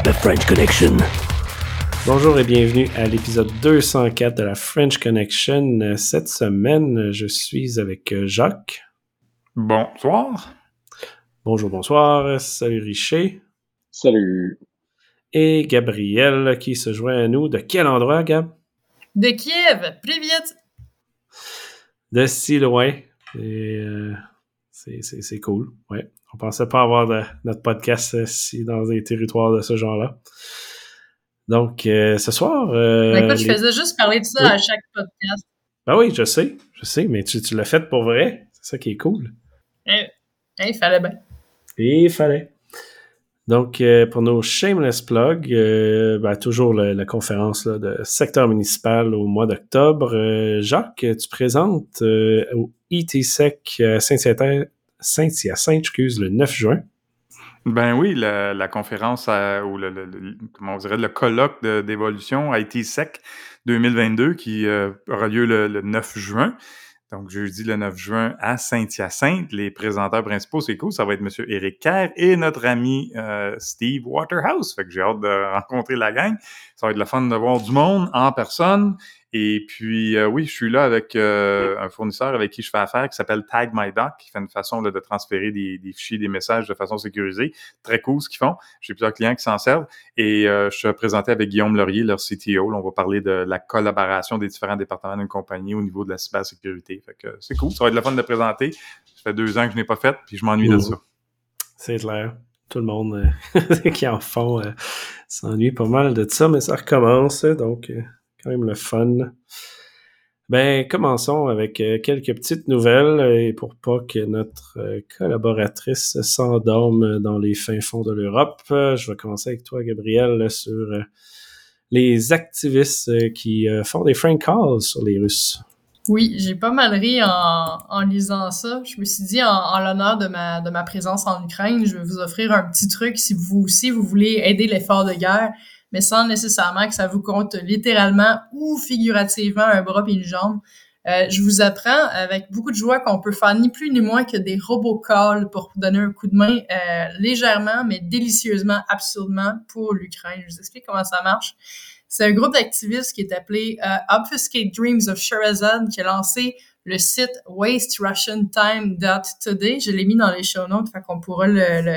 The French Connection. Bonjour et bienvenue à l'épisode 204 de la French Connection. Cette semaine, je suis avec Jacques. Bonsoir. Bonjour, bonsoir. Salut Richer. Salut. Et Gabriel qui se joint à nous. De quel endroit, Gab? De Kiev. Привет. De si loin. Et c'est cool. Ouais. On pensait pas avoir notre podcast ici dans des territoires de ce genre-là. Donc, ce soir... écoute, je faisais juste parler de ça à chaque podcast. Ben oui, je sais, mais tu l'as fait pour vrai. C'est ça qui est cool. Il fallait bien. Il fallait. Donc, pour nos shameless plugs, toujours la conférence là, de secteur municipal au mois d'octobre. Jacques, tu présentes au ITSEC Saint-Hyacinthe, le 9 juin. Ben oui, la conférence ou comment on dirait, le colloque d'évolution ITSEC 2022 qui aura lieu le 9 juin. Donc, jeudi le 9 juin à Saint-Hyacinthe. Les présenteurs principaux, c'est cool, ça va être M. Éric Kerr et notre ami Steve Waterhouse. Fait que j'ai hâte de rencontrer la gang. Ça va être le fun de voir du monde en personne. Et puis, oui, je suis là avec un fournisseur avec qui je fais affaire qui s'appelle Tag My Doc, qui fait une façon là, de transférer des fichiers, des messages de façon sécurisée. Très cool ce qu'ils font. J'ai plusieurs clients qui s'en servent. Et je suis présenté avec Guillaume Laurier, leur CTO. Là, on va parler de la collaboration des différents départements d'une compagnie au niveau de la cybersécurité. Fait que c'est cool. Ça va être le fun de présenter. Ça fait 2 ans que je n'ai pas fait, puis je m'ennuie de ça. C'est clair. Tout le monde qui en font s'ennuie pas mal de ça, mais ça recommence. Donc... quand même le fun. Ben, commençons avec quelques petites nouvelles et pour pas que notre collaboratrice s'endorme dans les fins fonds de l'Europe, je vais commencer avec toi, Gabriel, sur les activistes qui font des prank calls sur les Russes. Oui, j'ai pas mal ri en lisant ça. Je me suis dit, en l'honneur de ma présence en Ukraine, je vais vous offrir un petit truc si vous aussi vous voulez aider l'effort de guerre, mais sans nécessairement que ça vous coûte littéralement ou figurativement un bras et une jambe. Je vous apprends avec beaucoup de joie qu'on peut faire ni plus ni moins que des robocalls pour donner un coup de main légèrement, mais délicieusement, absurdement pour l'Ukraine. Je vous explique comment ça marche. C'est un groupe d'activistes qui est appelé Obfuscate Dreams of Sherazade qui a lancé le site wasterussiantime.today. Je l'ai mis dans les show notes, fait qu'on pourra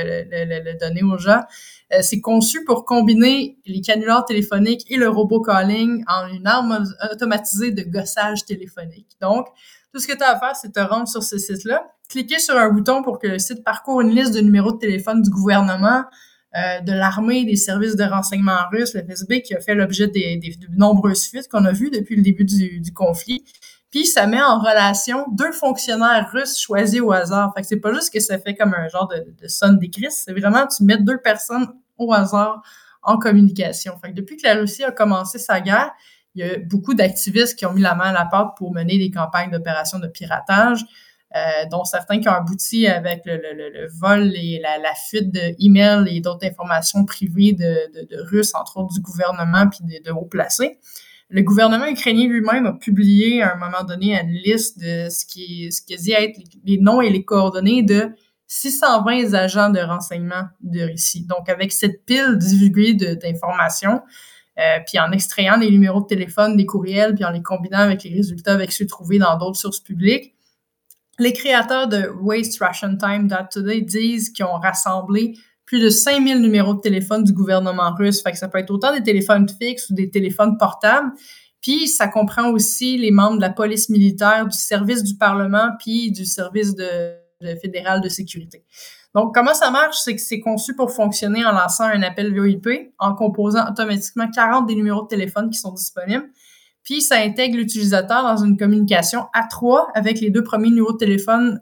le donner aux gens. C'est conçu pour combiner les canulars téléphoniques et le robocalling en une arme automatisée de gossage téléphonique. Donc, tout ce que tu as à faire, c'est te rendre sur ce site-là, cliquer sur un bouton pour que le site parcourt une liste de numéros de téléphone du gouvernement, de l'armée, des services de renseignement russes, le FSB, qui a fait l'objet de nombreuses fuites qu'on a vues depuis le début du conflit. Puis ça met en relation 2 fonctionnaires russes choisis au hasard. Fait que c'est pas juste que ça fait comme un genre de sonde des crises, c'est vraiment tu mets 2 personnes au hasard en communication. Fait que depuis que la Russie a commencé sa guerre, il y a beaucoup d'activistes qui ont mis la main à la pâte pour mener des campagnes d'opérations de piratage, dont certains qui ont abouti avec le vol et la fuite de emails et d'autres informations privées de Russes, entre autres du gouvernement puis de hauts placés. Le gouvernement ukrainien lui-même a publié à un moment donné une liste de ce qui dit être les noms et les coordonnées de 620 agents de renseignement de Russie. Donc, avec cette pile divulguée d'informations, puis en extrayant les numéros de téléphone, des courriels, puis en les combinant avec les résultats avec ceux trouvés dans d'autres sources publiques, les créateurs de wasterussiantime.today disent qu'ils ont rassemblé plus de 5000 numéros de téléphone du gouvernement russe. Fait que ça peut être autant des téléphones fixes ou des téléphones portables. Puis ça comprend aussi les membres de la police militaire, du service du Parlement, puis du service fédéral de sécurité. Donc, comment ça marche? C'est que c'est conçu pour fonctionner en lançant un appel VoIP, en composant automatiquement 40 des numéros de téléphone qui sont disponibles. Puis, ça intègre l'utilisateur dans une communication à 3 avec les 2 premiers numéros de téléphone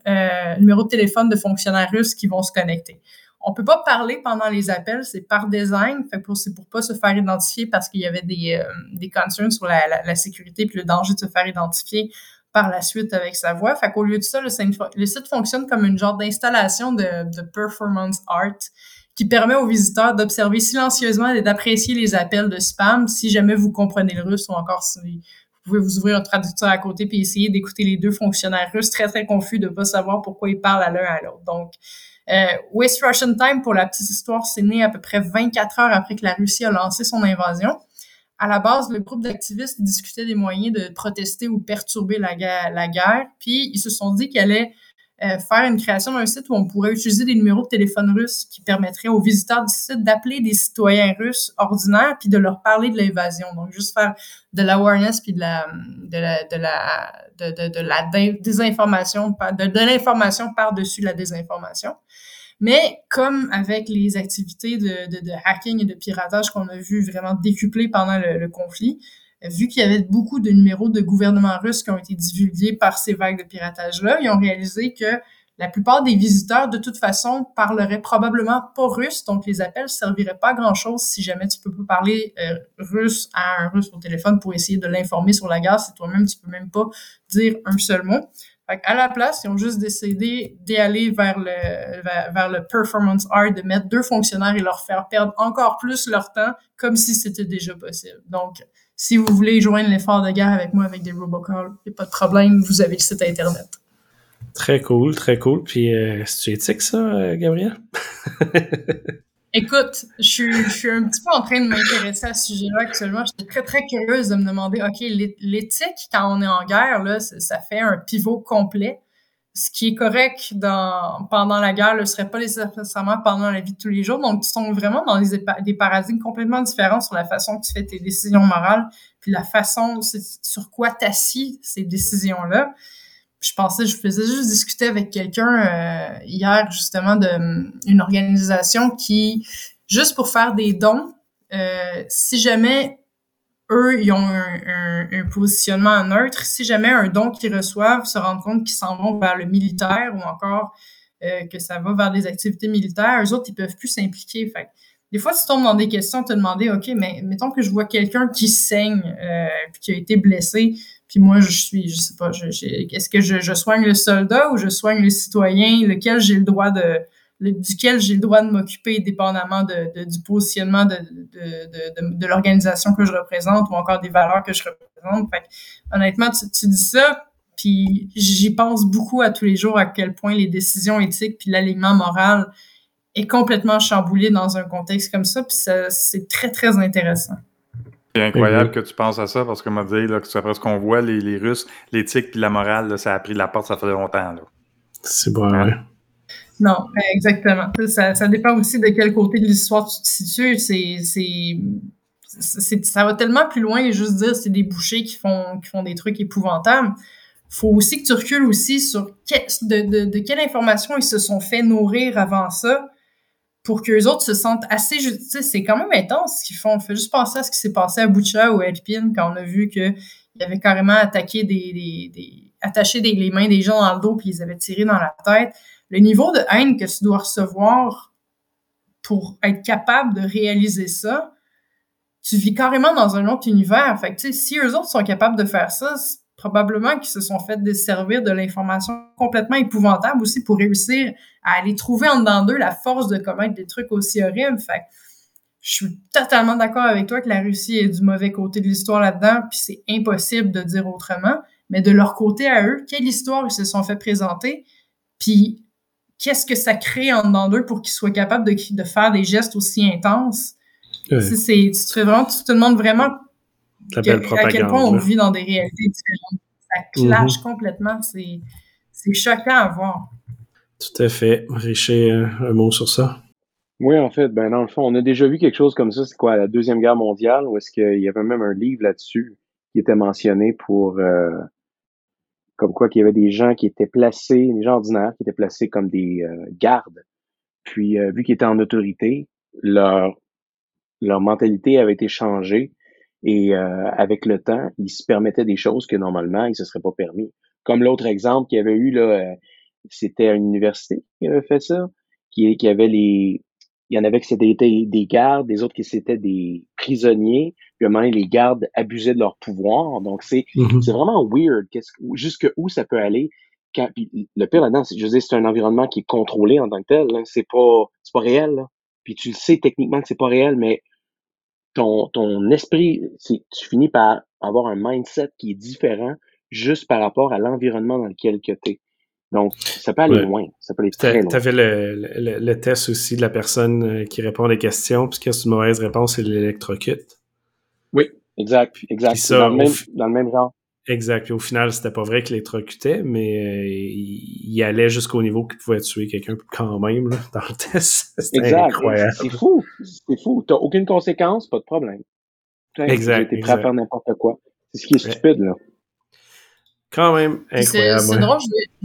de fonctionnaires russes qui vont se connecter. On peut pas parler pendant les appels, c'est par design, c'est pour pas se faire identifier parce qu'il y avait des concerns sur la sécurité puis le danger de se faire identifier par la suite avec sa voix. Fait qu'au lieu de ça, le site fonctionne comme une genre d'installation de performance art qui permet aux visiteurs d'observer silencieusement et d'apprécier les appels de spam si jamais vous comprenez le russe ou encore si vous pouvez vous ouvrir un traducteur à côté puis essayer d'écouter les 2 fonctionnaires russes très, très confus de pas savoir pourquoi ils parlent à l'un à l'autre. Donc, West Russian Time, pour la petite histoire, c'est né à peu près 24 heures après que la Russie a lancé son invasion. À la base, le groupe d'activistes discutait des moyens de protester ou perturber la guerre, puis ils se sont dit qu'ils allaient faire une création d'un site où on pourrait utiliser des numéros de téléphone russes qui permettraient aux visiteurs du site d'appeler des citoyens russes ordinaires puis de leur parler de l'invasion. Donc, juste faire de l'awareness puis de la désinformation, de l'information par-dessus la désinformation. Mais comme avec les activités de hacking et de piratage qu'on a vu vraiment décupler pendant le conflit, vu qu'il y avait beaucoup de numéros de gouvernements russes qui ont été divulgués par ces vagues de piratage-là, ils ont réalisé que la plupart des visiteurs, de toute façon, parleraient probablement pas russe, donc les appels serviraient pas à grand-chose si jamais tu peux pas parler russe à un russe au téléphone pour essayer de l'informer sur la guerre, si toi-même, tu peux même pas dire un seul mot. Fait à la place, ils ont juste décidé d'aller vers le performance art, de mettre 2 fonctionnaires et leur faire perdre encore plus leur temps, comme si c'était déjà possible. Donc, si vous voulez joindre l'effort de guerre avec moi avec des robocalls, il n'y a pas de problème, vous avez le site Internet. Très cool, très cool. Puis, c'est-tu éthique, ça, Gabriel? Écoute, je suis un petit peu en train de m'intéresser à ce sujet-là actuellement. Je suis très, très curieuse de me demander, OK, l'éthique, quand on est en guerre, là, ça fait un pivot complet. Ce qui est correct pendant la guerre ne serait pas nécessairement pendant la vie de tous les jours. Donc, tu tombes vraiment dans des paradigmes complètement différents sur la façon que tu fais tes décisions morales, puis la façon sur quoi t'assis ces décisions-là. Je faisais juste discuter avec quelqu'un hier, justement, d'une organisation qui, juste pour faire des dons, si jamais eux, ils ont un positionnement neutre, si jamais un don qu'ils reçoivent se rendent compte qu'ils s'en vont vers le militaire ou encore que ça va vers des activités militaires, eux autres, ils peuvent plus s'impliquer. Fait des fois, tu tombes dans des questions, te demander, OK, mais mettons que je vois quelqu'un qui saigne puis qui a été blessé, puis moi, je sais pas, est-ce que je soigne le soldat ou je soigne le citoyen, duquel j'ai le droit de m'occuper dépendamment du positionnement de l'organisation que je représente ou encore des valeurs que je représente. Fait que, honnêtement, tu dis ça, puis j'y pense beaucoup à tous les jours à quel point les décisions éthiques puis l'alignement moral est complètement chamboulé dans un contexte comme ça, puis c'est très, très intéressant. C'est incroyable que tu penses à ça, parce que m'a dit là, que après ce qu'on voit, les Russes, l'éthique puis la morale, là, ça a pris la porte, ça fait longtemps. Là. C'est bon, ouais. Non, exactement. Ça dépend aussi de quel côté de l'histoire tu te situes. Ça va tellement plus loin que juste dire c'est des bouchers qui font des trucs épouvantables. Faut aussi que tu recules aussi sur de quelle information ils se sont fait nourrir avant ça pour qu'eux autres se sentent assez... Tu sais, c'est quand même intense ce qu'ils font. Fait juste penser à ce qui s'est passé à Boucha ou à Irpin quand on a vu qu'ils avaient carrément attaqué attaché les mains des gens dans le dos puis ils avaient tiré dans la tête. Le niveau de haine que tu dois recevoir pour être capable de réaliser ça, tu vis carrément dans un autre univers. Fait que, tu sais, si eux autres sont capables de faire ça, c'est probablement qu'ils se sont fait desservir de l'information complètement épouvantable aussi pour réussir à aller trouver en dedans d'eux la force de commettre des trucs aussi horribles. Fait que, je suis totalement d'accord avec toi que la Russie est du mauvais côté de l'histoire là-dedans, puis c'est impossible de dire autrement. Mais de leur côté à eux, quelle histoire ils se sont fait présenter, puis qu'est-ce que ça crée en dedans d'eux pour qu'ils soient capables de faire des gestes aussi intenses. Ouais. Tu te demandes vraiment à quel point on vit dans des réalités différentes. Ça clash complètement. C'est choquant à voir. Tout à fait. Richer, un mot sur ça? Oui, en fait, dans le fond, on a déjà vu quelque chose comme ça, c'est quoi, la Deuxième Guerre mondiale, où est-ce qu'il y avait même un livre là-dessus qui était mentionné pour... comme quoi qu'il y avait des gens qui étaient placés, des gens ordinaires qui étaient placés comme des gardes. Puis, vu qu'ils étaient en autorité, leur mentalité avait été changée et avec le temps, ils se permettaient des choses que normalement, ils se seraient pas permis. Comme l'autre exemple qu'il y avait eu, là, c'était à une université qui avait fait ça, qui avait il y en avait qui c'était des gardes, des autres qui c'était des prisonniers, puis à un moment donné, les gardes abusaient de leur pouvoir. Donc, c'est vraiment weird jusque où ça peut aller. Puis le pire là-dedans, je veux dire, c'est un environnement qui est contrôlé en tant que tel. Là. C'est pas réel. Là. Puis tu le sais techniquement que c'est pas réel, mais ton esprit, tu finis par avoir un mindset qui est différent juste par rapport à l'environnement dans lequel tu es. Donc, ça peut aller Ouais. loin. Ça peut aller Puis très loin. t'avais le test aussi de la personne qui répond à des questions, puis quand c'est une mauvaise réponse, c'est l'électrocute. Oui, exact, Puis exact. C'est ça, dans le même genre. exact. Puis au final, c'était pas vrai qu'il électrocutait, mais il allait jusqu'au niveau qu'il pouvait tuer quelqu'un quand même là, dans le test. C'était Exact. incroyable. C'est fou. C'est fou. T'as aucune conséquence, pas de problème. J'ai Exact, été prêt à faire n'importe quoi. C'est ce qui est Ouais. stupide, là. Quand même Puis incroyable. c'est Ouais. drôle,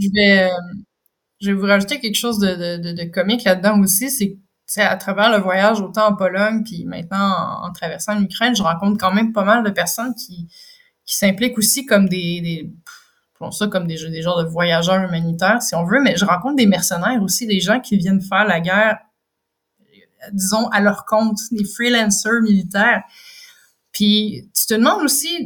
je vais vous rajouter quelque chose de comique là-dedans aussi, c'est que à travers le voyage, autant en Pologne, puis maintenant en traversant l'Ukraine, je rencontre quand même pas mal de personnes qui s'impliquent aussi comme appelons ça comme des genres de voyageurs humanitaires, si on veut, mais je rencontre des mercenaires aussi, des gens qui viennent faire la guerre, disons, à leur compte, des freelancers militaires. Puis tu te demandes aussi,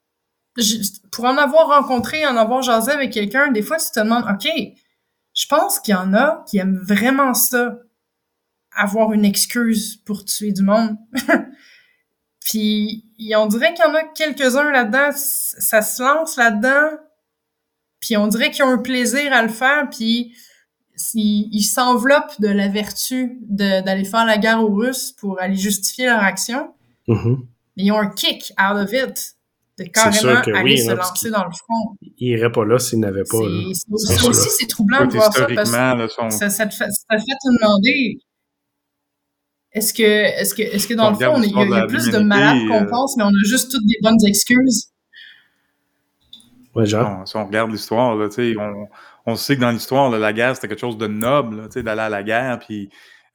pour en avoir rencontré, en avoir jasé avec quelqu'un, des fois tu te demandes, OK, je pense qu'il y en a qui aiment vraiment ça, avoir une excuse pour tuer du monde. Puis on dirait qu'il y en a quelques-uns là-dedans, ça se lance là-dedans, puis on dirait qu'ils ont un plaisir à le faire, puis ils s'enveloppent de la vertu d'aller faire la guerre aux Russes pour aller justifier leur action, Mm-hmm. mais ils ont un kick out of it de C'est sûr carrément que aller oui, se hein, parce lancer dans le front. qu'il irait pas là s'il n'avait pas. Là. C'est Ça sûr. aussi, c'est troublant Oui, de puis voir ça, parce historiquement, là, que ça te fait te demander, est-ce que si dans on le fond, regarde il l'histoire de y a plus de malades l'humanité, qu'on pense, mais on a juste toutes des bonnes excuses? Ouais, Jacques. si on regarde l'histoire, là, on sait que dans l'histoire, là, la guerre, c'était quelque chose de noble, là, d'aller à la guerre, puis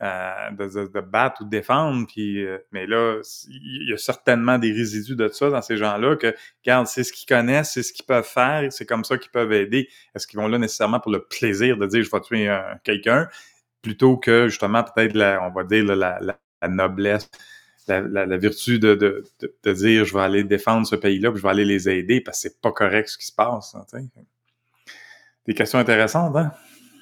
de battre ou de défendre. Puis, mais là, il y a certainement des résidus de ça dans ces gens-là que, regarde, c'est ce qu'ils connaissent, c'est ce qu'ils peuvent faire, c'est comme ça qu'ils peuvent aider. Est-ce qu'ils vont là nécessairement pour le plaisir de dire « je vais tuer quelqu'un », plutôt que, justement, peut-être, on va dire, la noblesse, la vertu de dire je vais aller défendre ce pays-là, puis je vais aller les aider parce que c'est pas correct ce qui se passe. Hein, des questions intéressantes, hein?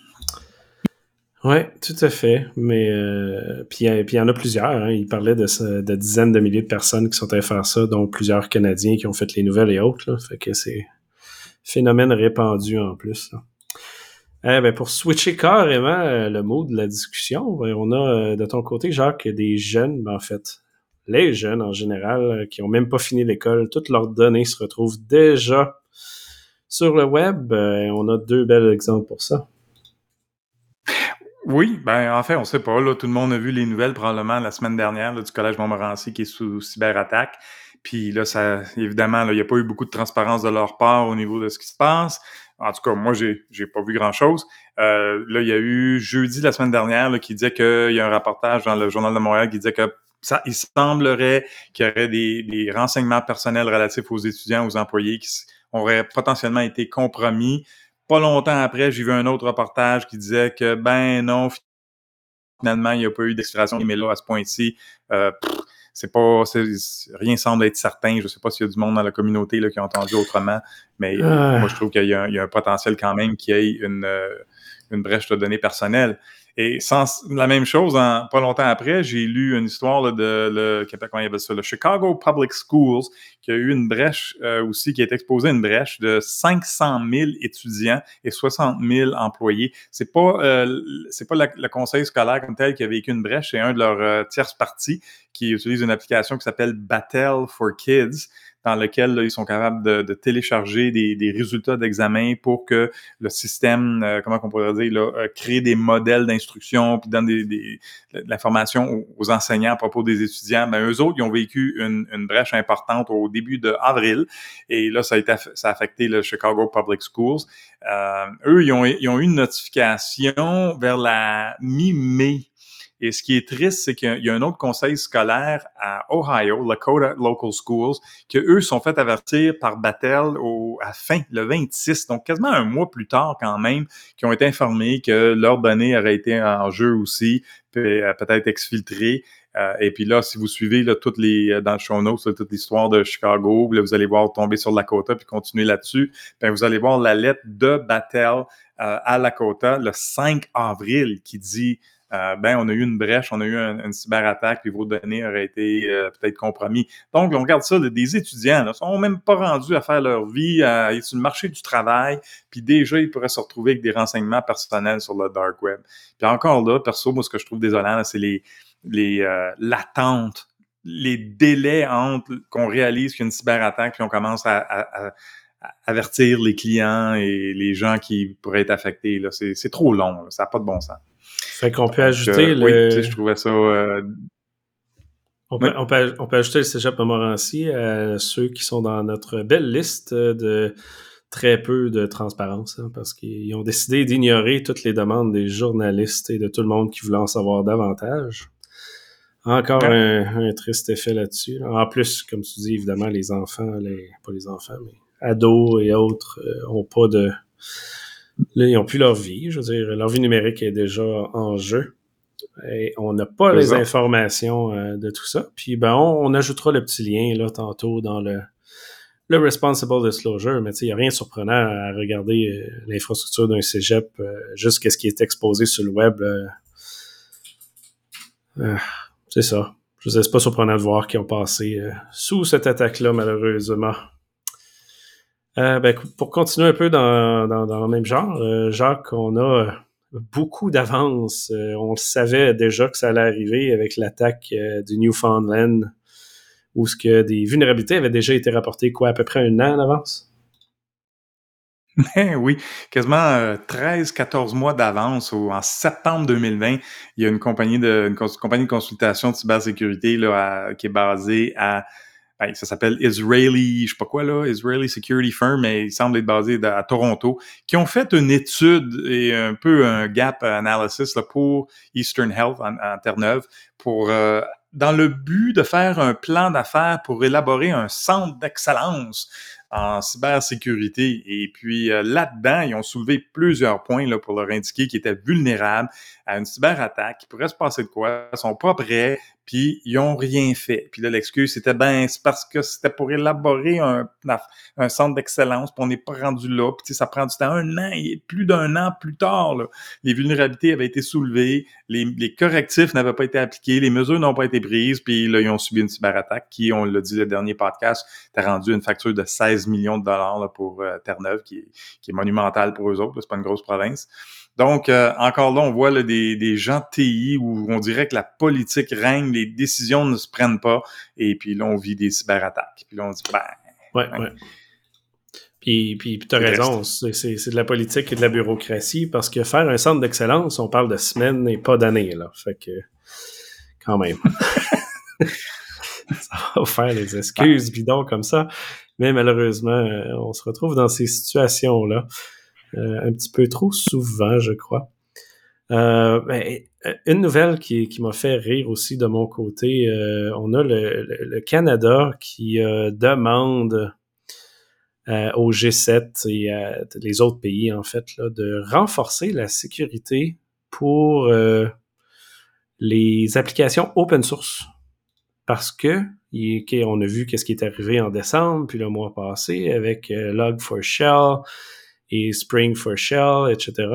Oui, tout à fait. Mais puis il y en a plusieurs. Hein. Il parlait de dizaines de milliers de personnes qui sont allées faire ça, dont plusieurs Canadiens qui ont fait les nouvelles et autres. Là. Fait que c'est phénomène répandu en plus. Là. Ben pour switcher carrément le mot de la discussion, ben, on a de ton côté, Jacques, des jeunes, ben, en fait, les jeunes en général, qui ont même pas fini l'école, toutes leurs données se retrouvent déjà sur le web. On a deux bels exemples pour ça. Oui, ben en fait, on sait pas. Là, tout le monde a vu les nouvelles probablement la semaine dernière là, du Collège Montmorency qui est sous cyberattaque. Puis là, ça, évidemment, il n'y a pas eu beaucoup de transparence de leur part au niveau de ce qui se passe. En tout cas, moi, j'ai pas vu grand-chose. Là, il y a eu jeudi la semaine dernière là, qui disait qu'il y a un reportage dans le Journal de Montréal qui disait que il semblerait qu'il y aurait des renseignements personnels relatifs aux étudiants, aux employés qui auraient potentiellement été compromis. Pas longtemps après, j'ai vu un autre reportage qui disait que, ben non, finalement, il n'y a pas eu d'expiration, mais là, à ce point-ci, rien semble être certain. Je ne sais pas s'il y a du monde dans la communauté là, qui a entendu autrement, mais moi, je trouve qu'il y a un potentiel quand même qu'il y ait une brèche de données personnelles. Et la même chose, pas longtemps après, j'ai lu une histoire là, comment il appelle ça, le Chicago Public Schools, qui a eu une brèche aussi, qui a été exposée à une brèche de 500 000 étudiants et 60 000 employés. C'est pas le conseil scolaire comme tel qui a vécu une brèche, c'est un de leurs tierces parties qui utilise une application qui s'appelle Battelle for Kids, dans lequel là, ils sont capables de télécharger des résultats d'examen pour que le système, comment on pourrait dire, là, crée des modèles d'instruction puis donne de l'information aux enseignants à propos des étudiants. Ben, eux autres, ils ont vécu une brèche importante au début de avril et là, ça a affecté le Chicago Public Schools. Eux, ils ont eu une notification vers la mi-mai. Et ce qui est triste, c'est qu'il y a un autre conseil scolaire à Ohio, Lakota Local Schools, que eux sont fait avertir par Battelle le 26, donc quasiment un mois plus tard quand même, qui ont été informés que leurs données auraient été en jeu aussi, peut-être exfiltrées. Et puis là, si vous suivez là, dans le show notes, toute l'histoire de Chicago, là, vous allez voir tomber sur Lakota puis continuer là-dessus. Puis vous allez voir la lettre de Battelle à Lakota le 5 avril qui dit on a eu une brèche, on a eu une cyberattaque, puis vos données auraient été peut-être compromis. Donc, on regarde ça, des étudiants ne sont même pas rendus à faire leur vie sur le marché du travail, puis déjà, ils pourraient se retrouver avec des renseignements personnels sur le dark web. Puis encore là, perso, moi, ce que je trouve désolant, là, c'est l'attente, les délais entre qu'on réalise qu'il y a une cyberattaque, puis on commence à avertir les clients et les gens qui pourraient être affectés. Là. C'est trop long, là. Ça n'a pas de bon sens. Fait qu'on peut ajouter Oui, je trouvais ça... On peut ajouter le Cégep Montmorency à ceux qui sont dans notre belle liste de très peu de transparence, hein, parce qu'ils ont décidé d'ignorer toutes les demandes des journalistes et de tout le monde qui voulait en savoir davantage. Encore un triste effet là-dessus. En plus, comme tu dis, évidemment, les enfants, pas les enfants, mais ados et autres ont pas de... Là, ils n'ont plus leur vie. Je veux dire, leur vie numérique est déjà en jeu. Et on n'a pas les informations de tout ça. Puis, on ajoutera le petit lien, là, tantôt, dans le Responsible Disclosure. Mais tu sais, il n'y a rien de surprenant à regarder l'infrastructure d'un cégep, juste qu'est-ce qui est exposé sur le web. C'est ça. Je sais, c'est pas surprenant de voir qu'ils ont passé sous cette attaque-là, malheureusement. Pour continuer un peu dans le même genre, Jacques, on a beaucoup d'avance. On le savait déjà que ça allait arriver avec l'attaque du Newfoundland, où ce que des vulnérabilités avaient déjà été rapportées, à peu près 1 an en avance? Oui, quasiment 13-14 mois d'avance. En septembre 2020, il y a une compagnie de consultation de cybersécurité là, qui est basée à... ça s'appelle Israeli, je sais pas quoi là, Israeli Security Firm, mais il semble être basé à Toronto, qui ont fait une étude et un peu un gap analysis là, pour Eastern Health en Terre-Neuve, pour dans le but de faire un plan d'affaires pour élaborer un centre d'excellence en cybersécurité. Et puis là-dedans, ils ont soulevé plusieurs points là, pour leur indiquer qu'ils étaient vulnérables à une cyberattaque, qu'il pourrait se passer de quoi, ils sont pas prêts, puis ils ont rien fait. Puis là, l'excuse, c'était c'est parce que c'était pour élaborer un centre d'excellence, puis on n'est pas rendu là, puis ça prend du temps. 1 an, et plus d'1 an plus tard, là, les vulnérabilités avaient été soulevées, les correctifs n'avaient pas été appliqués, les mesures n'ont pas été prises, puis là, ils ont subi une cyberattaque qui, on l'a dit le dernier podcast, t'a rendu une facture de 16 millions de dollars là, pour Terre-Neuve, qui est monumentale pour eux autres, là, c'est pas une grosse province. Donc, encore là, on voit là, des gens de TI où on dirait que la politique règne, les décisions ne se prennent pas, et puis là, on vit des cyberattaques. Puis là, on dit, Ouais. Puis t'as raison, c'est de la politique et de la bureaucratie, parce que faire un centre d'excellence, on parle de semaines et pas d'années, là. Fait que, quand même. Ça va faire des excuses bidons comme ça. Mais malheureusement, on se retrouve dans ces situations-là un petit peu trop souvent, je crois. Une nouvelle qui m'a fait rire aussi de mon côté, on a le Canada qui demande au G7 et à les autres pays, en fait, là, de renforcer la sécurité pour les applications open source. Parce que on a vu qu'est-ce qui est arrivé en décembre, puis le mois passé, avec Log4Shell et Spring4Shell, etc.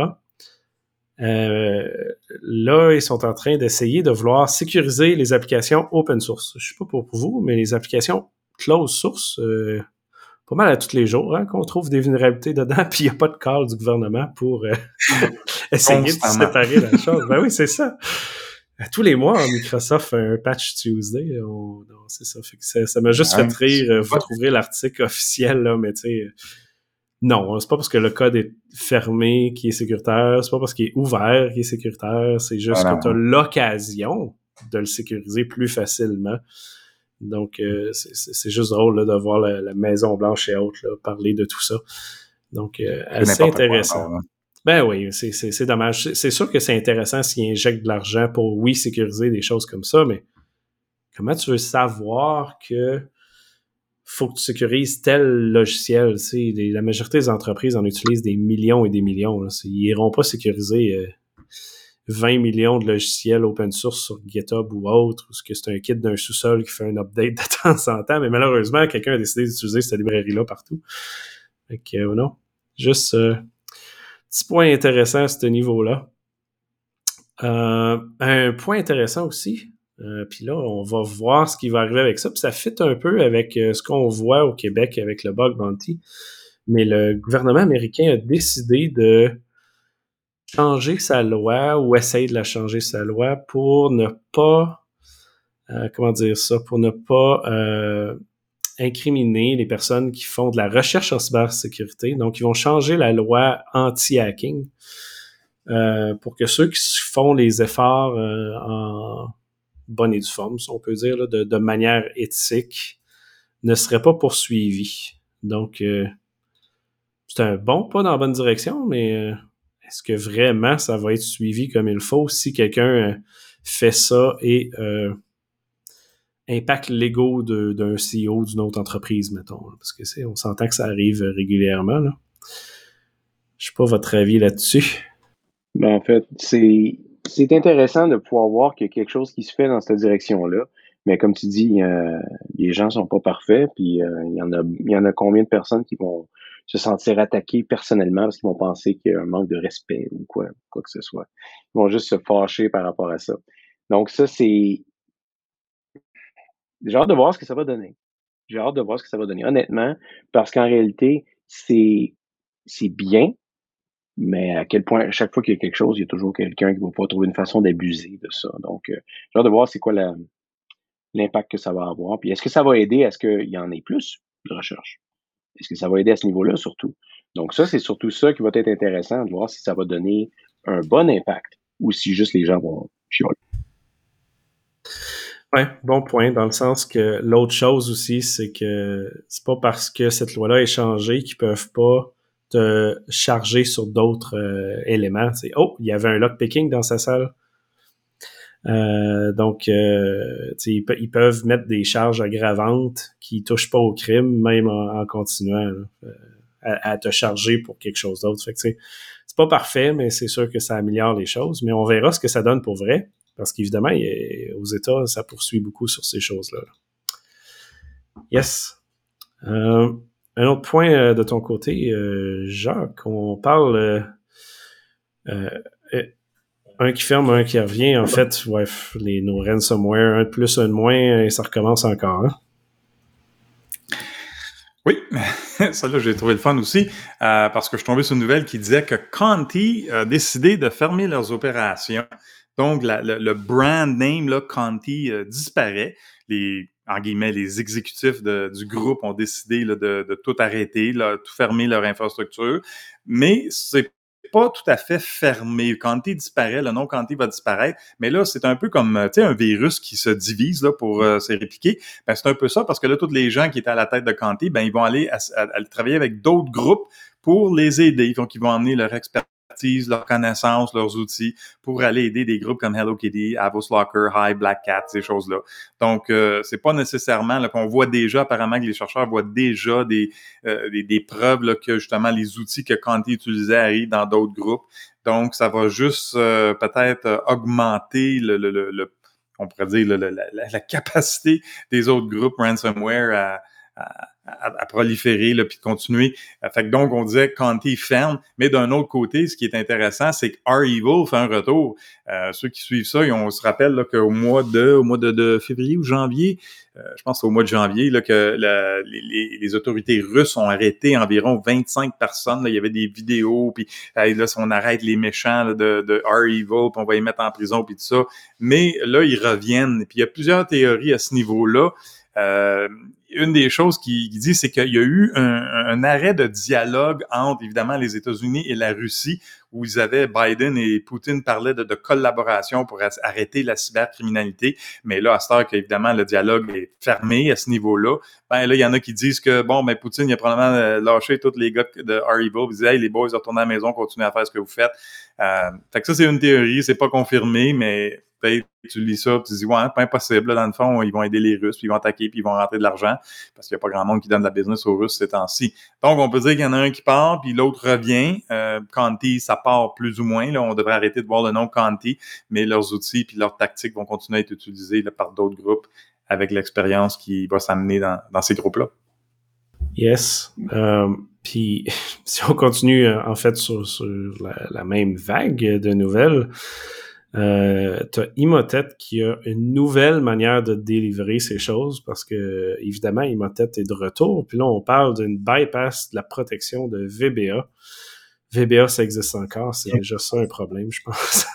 Là, ils sont en train d'essayer de vouloir sécuriser les applications open source. Je sais pas pour vous, mais les applications closed source, pas mal à tous les jours, hein, qu'on trouve des vulnérabilités dedans, puis il n'y a pas de call du gouvernement pour essayer de séparer la chose. Ben oui, c'est ça. À tous les mois, Microsoft fait un patch Tuesday. C'est ça. Fait que ça m'a juste fait rire. Vous trouverez l'article officiel, là, mais tu sais... Non, c'est pas parce que le code est fermé qui est sécuritaire, c'est pas parce qu'il est ouvert qui est sécuritaire, c'est juste que tu as l'occasion de le sécuriser plus facilement. Donc, c'est juste drôle là, de voir la Maison-Blanche et autres là, parler de tout ça. Donc, assez intéressant. Quoi, ben oui, c'est dommage. C'est sûr que c'est intéressant s'ils injectent de l'argent pour, oui, sécuriser des choses comme ça, mais comment tu veux savoir que faut que tu sécurises tel logiciel? La majorité des entreprises en utilisent des millions et des millions. Là. Ils n'iront pas sécuriser 20 millions de logiciels open source sur GitHub ou autre, ou que c'est un kit d'un sous-sol qui fait un update de temps en temps, mais malheureusement, quelqu'un a décidé d'utiliser cette librairie-là partout. Fait que non. Juste petit point intéressant à ce niveau-là. Un point intéressant aussi, puis là, on va voir ce qui va arriver avec ça, puis ça fit un peu avec ce qu'on voit au Québec avec le bug bounty, mais le gouvernement américain a décidé de changer sa loi ou essayer de la changer sa loi pour ne pas, pour ne pas incriminer les personnes qui font de la recherche en cybersécurité. Donc, ils vont changer la loi anti-hacking pour que ceux qui font les efforts en bonne et due forme, si on peut dire, là, de manière éthique, ne seraient pas poursuivis. Donc, c'est un bon pas dans la bonne direction, mais est-ce que vraiment ça va être suivi comme il faut si quelqu'un fait ça et impacte l'ego d'un CEO d'une autre entreprise, mettons? Parce que on s'entend que ça arrive régulièrement, là. Je sais pas votre avis là-dessus. Ben, en fait, c'est intéressant de pouvoir voir qu'il y a quelque chose qui se fait dans cette direction-là. Mais comme tu dis, les gens sont pas parfaits, puis il y en a combien de personnes qui vont se sentir attaquées personnellement parce qu'ils vont penser qu'il y a un manque de respect ou quoi que ce soit. Ils vont juste se fâcher par rapport à ça. Donc ça, j'ai hâte de voir ce que ça va donner. J'ai hâte de voir ce que ça va donner, honnêtement, parce qu'en réalité, c'est bien, mais à quel point, à chaque fois qu'il y a quelque chose, il y a toujours quelqu'un qui va pas trouver une façon d'abuser de ça. Donc, j'ai hâte de voir c'est quoi l'impact que ça va avoir. Puis est-ce que ça va aider à ce qu'il y en ait plus de recherche? Est-ce que ça va aider à ce niveau-là surtout? Donc ça, c'est surtout ça qui va être intéressant, de voir si ça va donner un bon impact ou si juste les gens vont chialer. Ouais, bon point, dans le sens que l'autre chose aussi, c'est que c'est pas parce que cette loi-là est changée qu'ils peuvent pas te charger sur d'autres éléments. C'est il y avait un lockpicking dans sa salle. Donc, ils peuvent mettre des charges aggravantes qui touchent pas au crime, même en continuant à te charger pour quelque chose d'autre. Fait que c'est pas parfait, mais c'est sûr que ça améliore les choses. Mais on verra ce que ça donne pour vrai, parce qu'évidemment, aux États, ça poursuit beaucoup sur ces choses-là. Yes. Un autre point de ton côté, Jacques, on parle un qui ferme, un qui revient. En fait, ouais, nos ransomware, un de plus, un de moins, et ça recommence encore. Hein? Oui, ça là, j'ai trouvé le fun aussi, parce que je suis tombé sur une nouvelle qui disait que Conti a décidé de fermer leurs opérations. Donc, le brand name, là, Conti, disparaît. En guillemets, les exécutifs du groupe ont décidé là, de tout arrêter, là, tout fermer leur infrastructure. Mais c'est pas tout à fait fermé. Conti disparaît, le nom Conti va disparaître, mais là, c'est un peu comme un virus qui se divise là, pour se répliquer. Ben, c'est un peu ça, parce que là, tous les gens qui étaient à la tête de Conti, ben, ils vont aller à travailler avec d'autres groupes pour les aider. Donc, ils vont emmener leur expertise, leurs connaissances, leurs outils pour aller aider des groupes comme Hello Kitty, Avos Locker, Hive, Black Cat, ces choses-là. Donc, c'est pas nécessairement là, qu'on voit déjà, apparemment que les chercheurs voient déjà des preuves là, que justement les outils que Conti utilisait arrivent dans d'autres groupes. Donc, ça va juste peut-être augmenter on pourrait dire la capacité des autres groupes ransomware à proliférer là, puis de continuer. Fait que donc, on disait Conti ferme, mais d'un autre côté, ce qui est intéressant, c'est que R-Evil fait un retour. Ceux qui suivent ça, on se rappelle là, qu'au mois de février ou janvier, je pense que c'est au mois de janvier, là, que les autorités russes ont arrêté environ 25 personnes. Là. Il y avait des vidéos, puis là, on arrête les méchants là, de R-Evil, puis on va les mettre en prison, puis tout ça. Mais là, ils reviennent. Puis il y a plusieurs théories à ce niveau-là. Une des choses qu'il dit, c'est qu'il y a eu un arrêt de dialogue entre, évidemment, les États-Unis et la Russie, où Biden et Poutine parlaient de collaboration pour arrêter la cybercriminalité. Mais là, à cette heure qu'évidemment, le dialogue est fermé à ce niveau-là, ben là, il y en a qui disent que, Poutine, il a probablement lâché tous les gars de R-Evil. Ils disaient, hey, les boys, retournez à la maison, continuez à faire ce que vous faites. Fait que ça, c'est une théorie, c'est pas confirmé, mais peut-être tu lis ça, puis tu dis, ouais, pas impossible. Là, dans le fond, ils vont aider les Russes, puis ils vont attaquer, puis ils vont rentrer de l'argent, parce qu'il n'y a pas grand monde qui donne de la business aux Russes ces temps-ci. Donc, on peut dire qu'il y en a un qui part, puis l'autre revient. Conti, ça part plus ou moins. Là, on devrait arrêter de voir le nom Conti, mais leurs outils puis leurs tactiques vont continuer à être utilisés là, par d'autres groupes avec l'expérience qui va s'amener dans ces groupes-là. Yes. Puis, si on continue, en fait, sur la même vague de nouvelles, T'as Emotet qui a une nouvelle manière de délivrer ces choses parce que, évidemment, Emotet est de retour. Puis là, on parle d'une bypass de la protection de VBA. VBA, ça existe encore. C'est déjà ça un problème, je pense.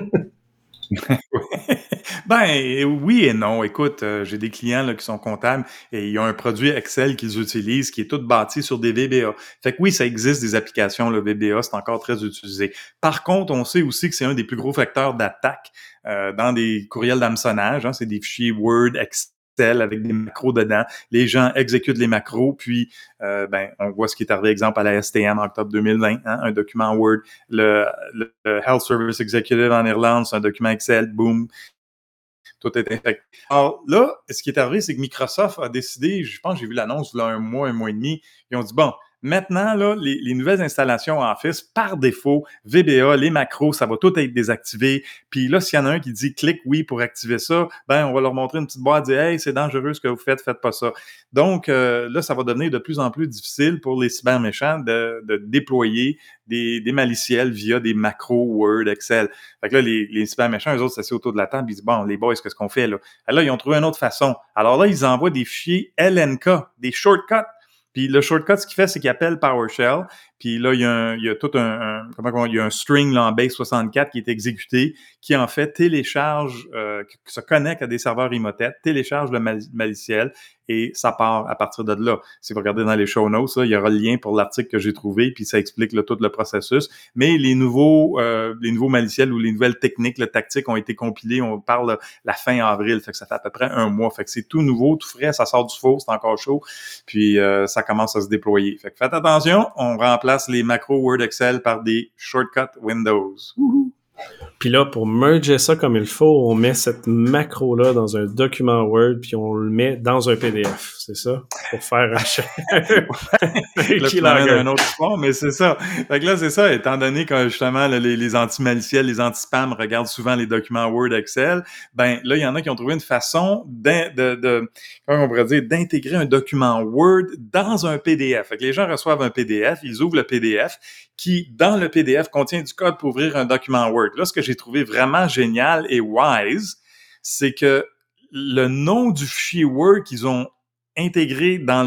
Ben oui et non. Écoute, j'ai des clients là, qui sont comptables et ils ont un produit Excel qu'ils utilisent qui est tout bâti sur des VBA. Fait que oui, ça existe des applications, le VBA, c'est encore très utilisé. Par contre, on sait aussi que c'est un des plus gros facteurs d'attaque dans des courriels d'hameçonnage. Hein, c'est des fichiers Word, Excel avec des macros dedans. Les gens exécutent les macros, puis on voit ce qui est arrivé, exemple, à la STM en octobre 2020, hein, un document Word. Le Health Service Executive en Irlande, c'est un document Excel, boom, tout est infecté. Alors là, ce qui est arrivé, c'est que Microsoft a décidé, je pense que j'ai vu l'annonce il y a un mois et demi, ils ont dit, bon, maintenant, là, les nouvelles installations Office, par défaut, VBA, les macros, ça va tout être désactivé. Puis là, s'il y en a un qui dit « clique oui pour activer ça », ben on va leur montrer une petite boîte, dire « Hey, c'est dangereux ce que vous faites pas ça ». Donc, là, ça va devenir de plus en plus difficile pour les cyberméchants de déployer des maliciels via des macros Word, Excel. Fait que là, les cyberméchants, eux autres, s'assient autour de la table, ils disent « Bon, les boys, qu'est-ce qu'on fait là? » Là, ils ont trouvé une autre façon. Alors là, ils envoient des fichiers LNK, des shortcuts. Puis le shortcut, ce qu'il fait, c'est qu'il appelle PowerShell. Puis là, il y a tout il y a un string là, en base 64 qui est exécuté, qui en fait télécharge, qui se connecte à des serveurs Emotet, télécharge le maliciel et ça part à partir de là. Si vous regardez dans les show notes, là, il y aura le lien pour l'article que j'ai trouvé, puis ça explique là, tout le processus. Mais les nouveaux maliciels ou les nouvelles techniques, les tactiques ont été compilées, on parle la fin avril, fait que ça fait à peu près un mois. Fait que c'est tout nouveau, tout frais, ça sort du four, c'est encore chaud, puis ça commence à se déployer. Fait que faites attention, on remplace les macros Word Excel par des shortcuts Windows. Wouhou! Puis là, pour merger ça comme il faut, on met cette macro-là dans un document Word, puis on le met dans un PDF, c'est ça? Pour faire un là, tu m'amènes un autre histoire, mais c'est ça. Fait que là, c'est ça, étant donné que justement, là, les anti-maliciels, les anti-spam regardent souvent les documents Word, Excel, ben là, il y en a qui ont trouvé une façon comment on pourrait dire, d'intégrer un document Word dans un PDF. Fait que les gens reçoivent un PDF, ils ouvrent le PDF, qui, dans le PDF, contient du code pour ouvrir un document Word. Là, ce que j'ai trouvé vraiment génial et wise, c'est que le nom du fichier Word qu'ils ont intégré dans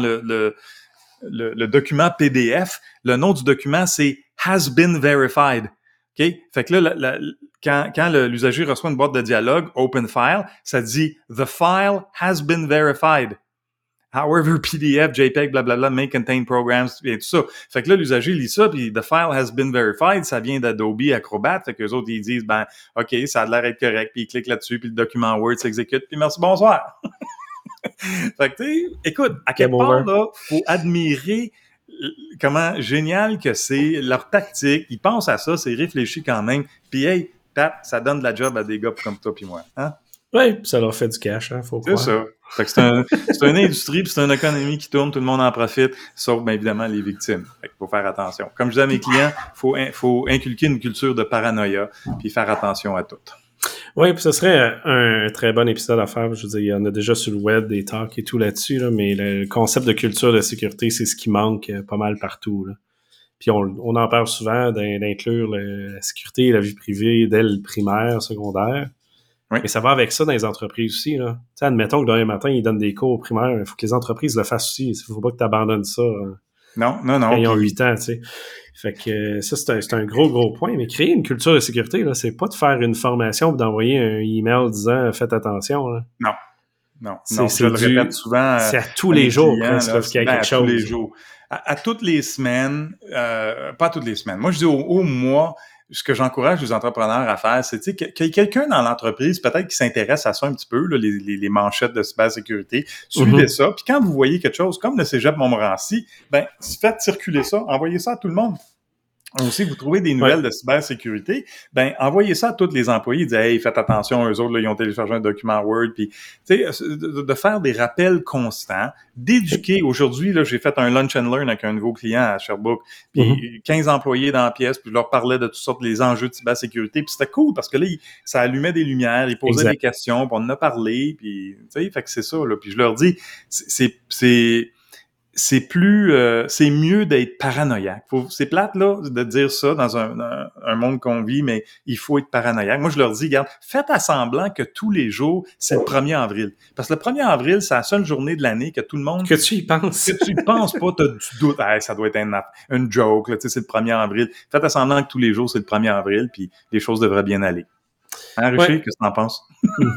le document PDF, le nom du document, c'est « has been verified ». Okay? Fait que là, quand l'usager reçoit une boîte de dialogue, « open file », ça dit « the file has been verified ». However, PDF, JPEG, blablabla, may contain programs, et tout ça. Fait que là, l'usager lit ça, puis the file has been verified, ça vient d'Adobe Acrobat. Fait qu'eux autres, ils disent, ben, OK, ça a l'air d'être correct, puis ils cliquent là-dessus, puis le document Word s'exécute, puis merci, bonsoir. Fait que, tu sais, écoute, à quelque part, là, faut admirer comment génial que c'est, leur tactique. Ils pensent à ça, c'est réfléchi quand même. Puis, hey, Pat, ça donne de la job à des gars comme toi puis moi. Hein? Oui, ça leur fait du cash, hein, faut croire. C'est ça. Fait que c'est une industrie, puis c'est une économie qui tourne, tout le monde en profite, sauf bien évidemment les victimes. Fait qu'il faut faire attention. Comme je dis à mes clients, faut inculquer une culture de paranoïa, puis faire attention à tout. Oui, puis ce serait un très bon épisode à faire. Je veux dire, il y en a déjà sur le web des talks et tout là-dessus, là, mais le concept de culture de sécurité, c'est ce qui manque pas mal partout, là. Puis on en parle souvent d'inclure la sécurité et la vie privée dès le primaire, secondaire. Oui. Mais ça va avec ça dans les entreprises aussi, là. Tu sais, admettons que demain matin, ils donnent des cours au primaire, il faut que les entreprises le fassent aussi. Il ne faut pas que tu abandonnes ça. Non. Quand ils ont 8 ans, tu sais. Fait que ça, c'est un gros point. Mais créer une culture de sécurité, là, c'est pas de faire une formation et d'envoyer un email disant « faites attention ». Non. Je le répète souvent. C'est à tous les jours presque qu'il y a quelque chose. À tous les jours. À toutes les semaines, pas toutes les semaines. Moi, je dis au mois, ce que j'encourage les entrepreneurs à faire, c'est qu'il y ait quelqu'un dans l'entreprise, peut-être qui s'intéresse à ça un petit peu, là, les manchettes de cybersécurité. Suivez ça. Puis quand vous voyez quelque chose comme le Cégep Montmorency, ben faites circuler ça, envoyez ça à tout le monde. Aussi, vous trouvez des nouvelles de cybersécurité, ben envoyez ça à tous les employés, dites hey, faites attention, eux autres, là, ils ont téléchargé un document Word, puis tu sais, de faire des rappels constants, d'éduquer. Aujourd'hui, là, j'ai fait un lunch and learn avec un nouveau client à Sherbrooke, puis 15 employés dans la pièce, puis je leur parlais de toutes sortes des enjeux de cybersécurité, puis c'était cool parce que là, ça allumait des lumières, ils posaient des questions, puis on en a parlé, puis tu sais, fait que c'est ça, là, puis je leur dis, c'est mieux d'être paranoïaque. C'est plate, là, de dire ça dans un monde qu'on vit, mais il faut être paranoïaque. Moi, je leur dis, regarde, faites à semblant que tous les jours, c'est le 1er avril. Parce que le 1er avril, c'est la seule journée de l'année que tout le monde... Que tu y penses. Que tu y penses pas, t'as du doute. Hey, ça doit être une joke, là, tu sais, c'est le 1er avril. Faites à semblant que tous les jours, c'est le 1er avril, puis les choses devraient bien aller. Hein, Richer, Ouais. qu'est-ce que t'en penses?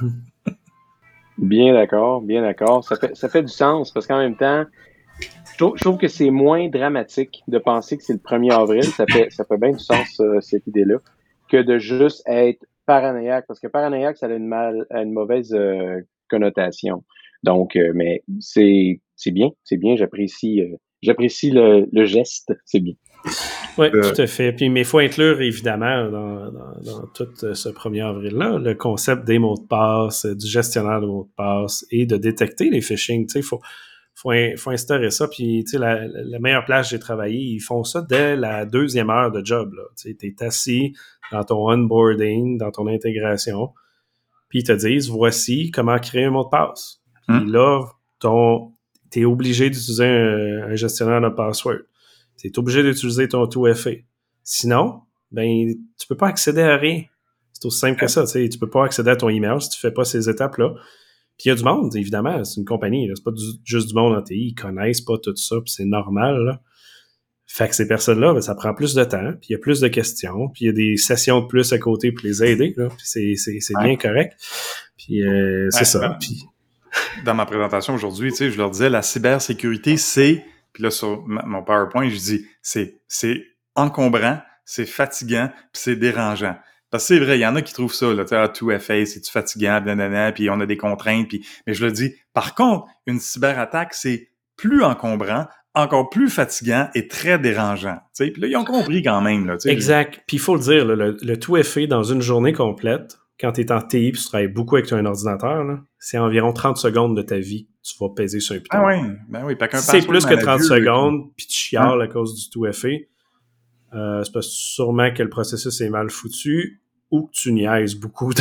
Bien d'accord, bien d'accord. Ça fait du sens parce qu'en même temps, je trouve que c'est moins dramatique de penser que c'est le 1er avril. Ça fait bien du sens, cette idée-là, que de juste être paranoïaque. Parce que paranoïaque, ça a une mauvaise connotation. Donc, mais c'est bien, j'apprécie le geste, c'est bien. Oui, tout à fait. Puis, mais il faut inclure, évidemment, dans tout ce 1er avril-là, le concept des mots de passe, du gestionnaire de mots de passe et de détecter les phishing. Tu sais, faut instaurer ça. Puis, tu sais, la meilleure place que j'ai travaillé, ils font ça dès la 2e heure de job, là. Tu sais, t'es assis dans ton onboarding, dans ton intégration, puis ils te disent, voici comment créer un mot de passe. Puis là, t'es obligé d'utiliser un gestionnaire de password. T'es obligé d'utiliser ton 2FA. Sinon, ben, tu peux pas accéder à rien. C'est aussi simple que ça. Tu sais, tu peux pas accéder à ton email si tu fais pas ces étapes-là. Puis il y a du monde, évidemment. C'est une compagnie. Là. C'est pas juste du monde en TI. Ils connaissent pas tout ça, puis c'est normal. Là. Fait que ces personnes-là, ben, ça prend plus de temps, puis il y a plus de questions, puis il y a des sessions de plus à côté pour les aider. Là. Puis c'est bien correct. Puis c'est ça. Puis... Dans ma présentation aujourd'hui, tu sais, je leur disais, la cybersécurité, c'est... Puis là, sur mon PowerPoint, je dis, c'est encombrant, c'est fatigant, puis c'est dérangeant. Parce que c'est vrai, il y en a qui trouvent ça, là, tu sais, 2FA, c'est-tu fatigant, blablabla, puis on a des contraintes, puis... Mais je le dis, par contre, une cyberattaque, c'est plus encombrant, encore plus fatigant et très dérangeant. Tu sais, puis là, ils ont compris quand même, là. Tu sais, exact. Puis il faut le dire, là, le 2FA dans une journée complète, quand tu es en TI et tu travailles beaucoup avec un ordinateur, là, c'est environ 30 secondes de ta vie que tu vas peser sur un piton. Ah oui, ben oui. Si c'est plus que 30 secondes, puis tu chiales à cause du 2FA, c'est parce que sûrement que le processus est mal foutu ou que tu niaises beaucoup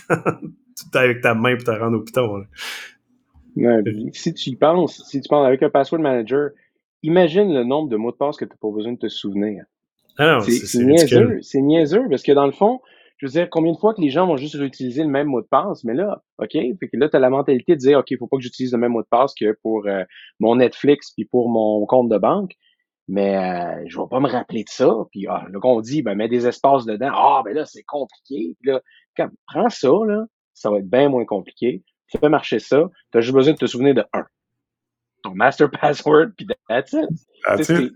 avec ta main pour te rendre au piton. Ouais, si tu penses avec un password manager, imagine le nombre de mots de passe que tu n'as pas besoin de te souvenir. Ah non, c'est niaiseux. C'est niaiseux parce que dans le fond, je veux dire, combien de fois que les gens vont juste réutiliser le même mot de passe, mais là, OK, fait que là, tu as la mentalité de dire, OK, il faut pas que j'utilise le même mot de passe que pour mon Netflix puis pour mon compte de banque, mais je vais pas me rappeler de ça, puis là qu'on dit, ben, mets des espaces dedans, ben là, c'est compliqué, puis là, prends ça, là, ça va être bien moins compliqué, tu fais marcher ça, tu as juste besoin de te souvenir de ton master password, puis that's it.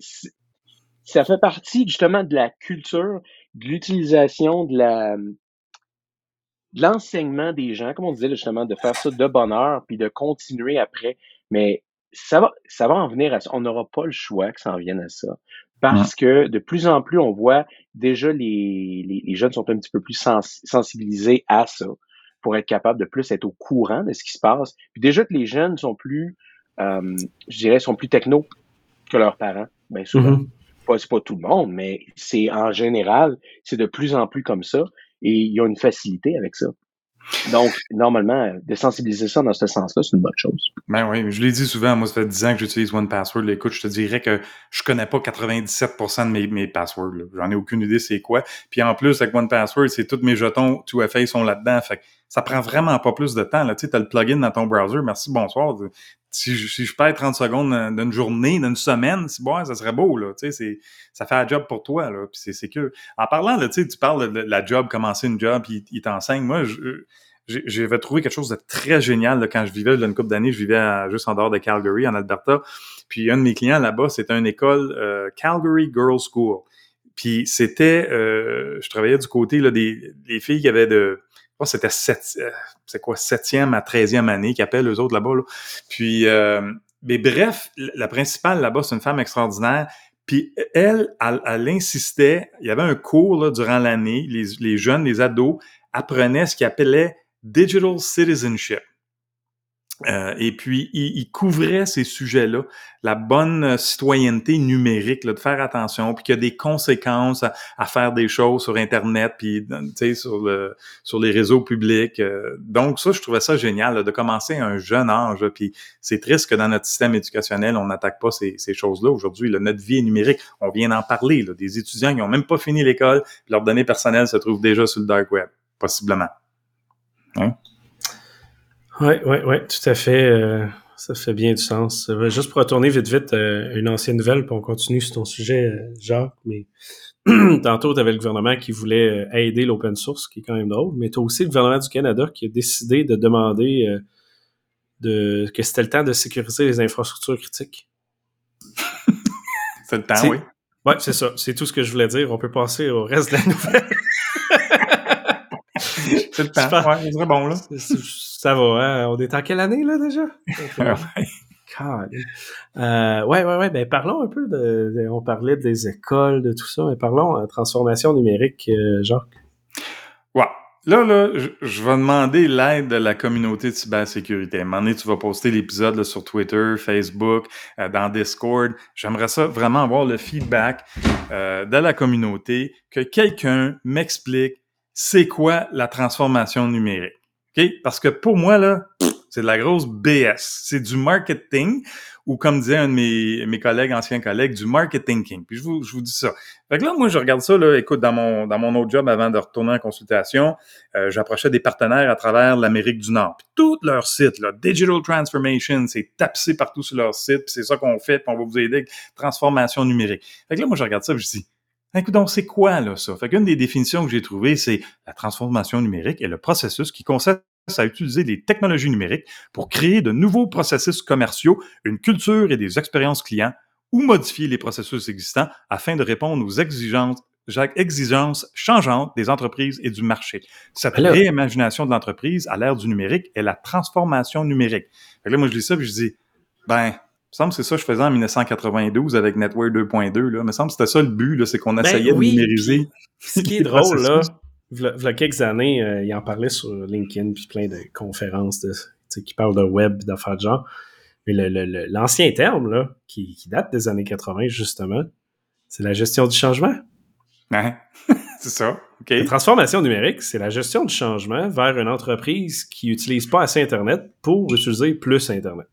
Ça fait partie justement de la culture, de l'utilisation de l'enseignement des gens, comme on disait justement, de faire ça de bonne heure, puis de continuer après. Mais ça va en venir à ça. On n'aura pas le choix que ça en vienne à ça. Parce que de plus en plus, on voit déjà les jeunes sont un petit peu plus sensibilisés à ça pour être capables de plus être au courant de ce qui se passe. Puis déjà que les jeunes sont plus, je dirais, sont plus techno que leurs parents, bien souvent. C'est pas tout le monde, mais c'est en général, c'est de plus en plus comme ça et il y a une facilité avec ça. Donc, normalement, de sensibiliser ça dans ce sens-là, c'est une bonne chose. Ben oui, je l'ai dit souvent, moi, ça fait 10 ans que j'utilise OnePassword. Écoute, je te dirais que je connais pas 97% de mes passwords. Là. J'en ai aucune idée c'est quoi. Puis en plus, avec OnePassword, c'est tous mes jetons 2FA sont là-dedans. Fait que ça prend vraiment pas plus de temps. Tu sais, t'as le plugin dans ton browser. Merci, bonsoir. Si je perds 30 secondes d'une journée, d'une semaine, ça serait beau, là. Tu sais, ça fait un job pour toi, là. Puis c'est que. En parlant, là, tu sais, tu parles de la job, commencer une job, puis il t'enseigne. Moi, j'avais trouvé quelque chose de très génial là, quand je vivais, là, une couple d'années, je vivais juste en dehors de Calgary, en Alberta. Puis un de mes clients là-bas, c'était une école Calgary Girls School. Puis c'était, je travaillais du côté là, des filles qui avaient c'était 7e à 13e année qui appellent eux autres là-bas. Là. Puis, mais bref, la principale là-bas, c'est une femme extraordinaire. Puis elle insistait, il y avait un cours là, durant l'année, les jeunes, les ados, apprenaient ce qu'ils appelaient Digital Citizenship. Et puis, il couvrait ces sujets-là, la bonne citoyenneté numérique, là, de faire attention, puis qu'il y a des conséquences à faire des choses sur Internet, puis sur les réseaux publics. Donc ça, je trouvais ça génial, là, de commencer à un jeune âge. Là, puis c'est triste que dans notre système éducationnel, on n'attaque pas ces choses-là. Aujourd'hui, là, notre vie est numérique. On vient d'en parler. Là, des étudiants qui n'ont même pas fini l'école, puis leurs données personnelles se trouvent déjà sur le dark web, possiblement. Hein? Oui, tout à fait. Ça fait bien du sens. Juste pour retourner vite, une ancienne nouvelle, puis on continue sur ton sujet, Jacques, mais tantôt, tu avais le gouvernement qui voulait aider l'open source, qui est quand même drôle, mais tu as aussi le gouvernement du Canada qui a décidé de demander que c'était le temps de sécuriser les infrastructures critiques. C'est le temps, oui. Oui, c'est ça. C'est tout ce que je voulais dire. On peut passer au reste de la nouvelle. C'est le temps. Ouais, c'est très bon, là. Ça va, hein? On est en quelle année, là, déjà? Ouais. Ben, parlons un peu on parlait des écoles, de tout ça, mais parlons de transformation numérique, Jacques. Ouais. Là, je vais demander l'aide de la communauté de cybersécurité. À un moment donné, tu vas poster l'épisode là, sur Twitter, Facebook, dans Discord. J'aimerais ça vraiment avoir le feedback de la communauté, que quelqu'un m'explique c'est quoi la transformation numérique. OK? Parce que pour moi, là, c'est de la grosse BS. C'est du marketing, ou comme disait un de mes collègues, anciens collègues, du marketing king. Puis je vous dis ça. Fait que là, moi, je regarde ça, là, écoute, dans mon autre job avant de retourner en consultation, j'approchais des partenaires à travers l'Amérique du Nord. Puis tout leur site, là, Digital Transformation, c'est tapissé partout sur leur site, puis c'est ça qu'on fait, puis on va vous aider avec transformation numérique. Fait que là, moi, je regarde ça, puis je dis, écoute, donc, c'est quoi, là, ça? Fait qu'une des définitions que j'ai trouvées, c'est la transformation numérique est le processus qui consiste à utiliser les technologies numériques pour créer de nouveaux processus commerciaux, une culture et des expériences clients, ou modifier les processus existants afin de répondre aux exigences changeantes des entreprises et du marché. Cette réimagination de l'entreprise à l'ère du numérique est la transformation numérique. Fait que là, moi, je lis ça, puis je dis, il me semble que c'est ça que je faisais en 1992 avec Network 2.2. Là. Il me semble que c'était ça le but, là, c'est qu'on essayait de numériser. Ce qui est drôle, là, il y a quelques années, il en parlait sur LinkedIn, puis plein de conférences qui parlent de web, d'affaires de genre. Mais l'ancien terme, là, qui date des années 80, justement, c'est la gestion du changement. Ouais. C'est ça. OK. La transformation numérique, c'est la gestion du changement vers une entreprise qui n'utilise pas assez Internet pour utiliser plus Internet.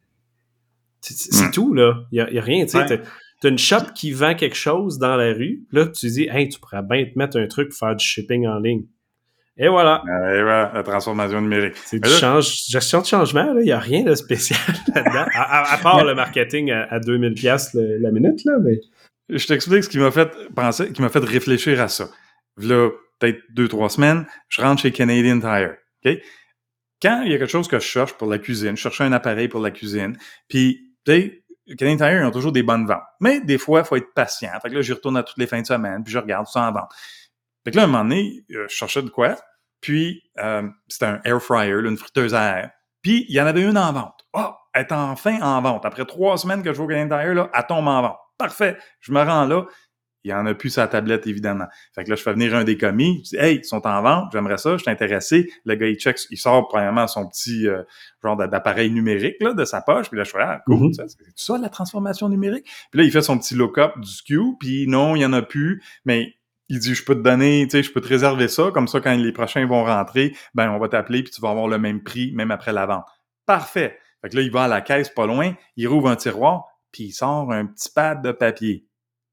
C'est tout, là. Il y a rien, tu sais. T'as une shop qui vend quelque chose dans la rue, là, tu dis, hey, tu pourrais bien te mettre un truc pour faire du shipping en ligne. Et voilà. Et voilà, la transformation numérique. C'est gestion de changement, là. Il n'y a rien de spécial là-dedans. À part le marketing à 2000$ la minute, là, mais. Je t'explique ce qui m'a fait penser, qui m'a fait réfléchir à ça. Là, peut-être 2-3 semaines, je rentre chez Canadian Tire. OK? Quand il y a quelque chose que je cherche pour la cuisine, je cherchais un appareil pour la cuisine, puis, tu sais, Canadian Tire, ils ont toujours des bonnes ventes. Mais des fois, il faut être patient. Fait que là, j'y retourne à toutes les fins de semaine, puis je regarde ça en vente. Fait que là, à un moment donné, je cherchais de quoi, puis c'était un air fryer, là, une friteuse à air. Puis, il y en avait une en vente. Oh, elle est enfin en vente. Après 3 semaines que je vais au Canadian Tire, là, elle tombe en vente. Parfait, je me rends là. Il n'y en a plus sur la tablette, évidemment. Fait que là, je fais venir un des commis. Je dis, hey, ils sont en vente, j'aimerais ça, je suis intéressé. Le gars, il check, il sort premièrement son petit genre d'appareil numérique là, de sa poche. Puis là, je fais, ah, cool, c'est ça la transformation numérique? Puis là, il fait son petit look-up du SKU, puis non, il n'y en a plus. Mais il dit, je peux te donner, tu sais, je peux te réserver ça. Comme ça, quand les prochains vont rentrer, ben on va t'appeler, puis tu vas avoir le même prix, même après la vente. Parfait. Fait que là, il va à la caisse pas loin, il rouvre un tiroir, puis il sort un petit pad de papier.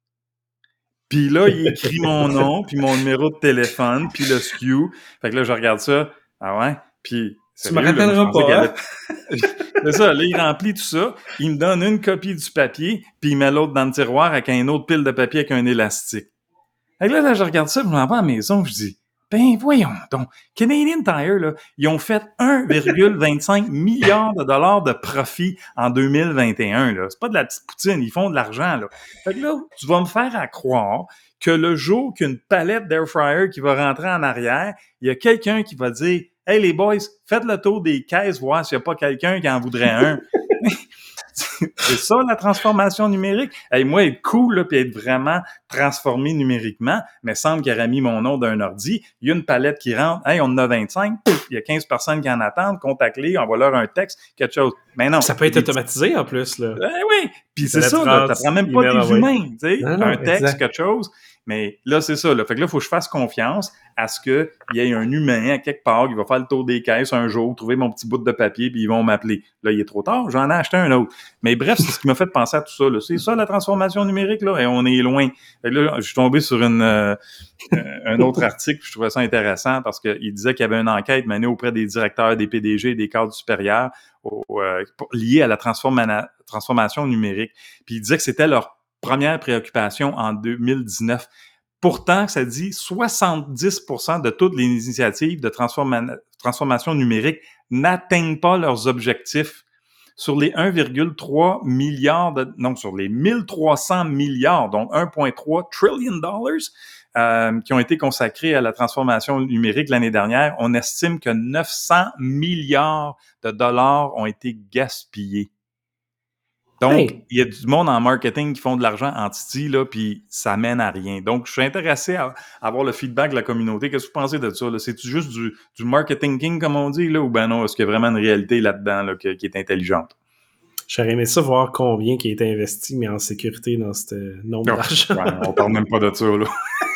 Puis là, il écrit mon nom, puis mon numéro de téléphone, puis le SKU. Fait que là, je regarde ça. Ah ouais? Puis... Tu me rappelleras pas, hein? C'est ça. Là, il remplit tout ça. Il me donne une copie du papier, puis il met l'autre dans le tiroir avec une autre pile de papier avec un élastique. Fait que là, je regarde ça, puis je m'en vais à la maison, je dis... Ben voyons donc, Canadian Tire, là, ils ont fait 1,25 milliard de dollars de profit en 2021. Là. C'est pas de la petite poutine, ils font de l'argent. Là. Fait que là, tu vas me faire à croire que le jour qu'une palette d'air fryer qui va rentrer en arrière, il y a quelqu'un qui va dire « Hey les boys, faites le tour des caisses, voir s'il n'y a pas quelqu'un qui en voudrait un. » C'est ça, la transformation numérique. Hey, moi, être cool, là, puis être vraiment transformé numériquement, mais semble qu'il aurait mis mon nom d'un ordi. Il y a une palette qui rentre. Hey, on en a 25. Il y a 15 personnes qui en attendent. Contacte-les, envoie-leur un texte, quelque chose. Mais non. Ça peut être automatisé, en plus, là. Oui. Puis c'est ça, là. T'apprends même pas des humains, tu sais. Un texte, exact. quelque chose. Mais là, c'est ça, là. Fait que là, il faut que je fasse confiance à ce qu'il y ait un humain à quelque part qui va faire le tour des caisses un jour, trouver mon petit bout de papier, puis ils vont m'appeler. Là, il est trop tard, j'en ai acheté un autre. Mais bref, c'est ce qui m'a fait penser à tout ça, là. C'est ça, la transformation numérique, là, et on est loin. Fait que là, je suis tombé sur un autre article, puis je trouvais ça intéressant parce qu'il disait qu'il y avait une enquête menée auprès des directeurs, des PDG et des cadres supérieurs liée à la transformation numérique. Puis il disait que c'était leur première préoccupation en 2019. Pourtant, ça dit 70% de toutes les initiatives de transformation numérique n'atteignent pas leurs objectifs. Sur les 1,3 milliard sur les 1300 milliards, donc 1,3 trillion dollars qui ont été consacrés à la transformation numérique l'année dernière, on estime que 900 milliards de dollars ont été gaspillés. Donc, il y a du monde en marketing qui font de l'argent en titi, là, puis ça mène à rien. Donc, je suis intéressé à avoir le feedback de la communauté. Qu'est-ce que vous pensez de ça, là? C'est-tu juste du marketing king, comme on dit, là, ou ben non, est-ce qu'il y a vraiment une réalité là-dedans, là, qui est intelligente? J'aurais aimé ça voir combien qui a été investi, mais en sécurité dans ce nombre d'argent. Ouais, on parle même pas de ça, là.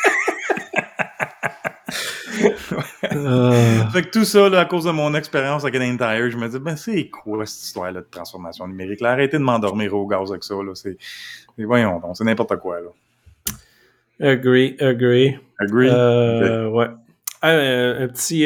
Fait que tout ça, là, à cause de mon expérience à Canadian Tire, je me dis, ben c'est quoi cette histoire-là de transformation numérique? Là, arrêtez de m'endormir au gaz avec ça, là. Voyons donc, c'est n'importe quoi, là. Agree. Okay. Ouais. Un petit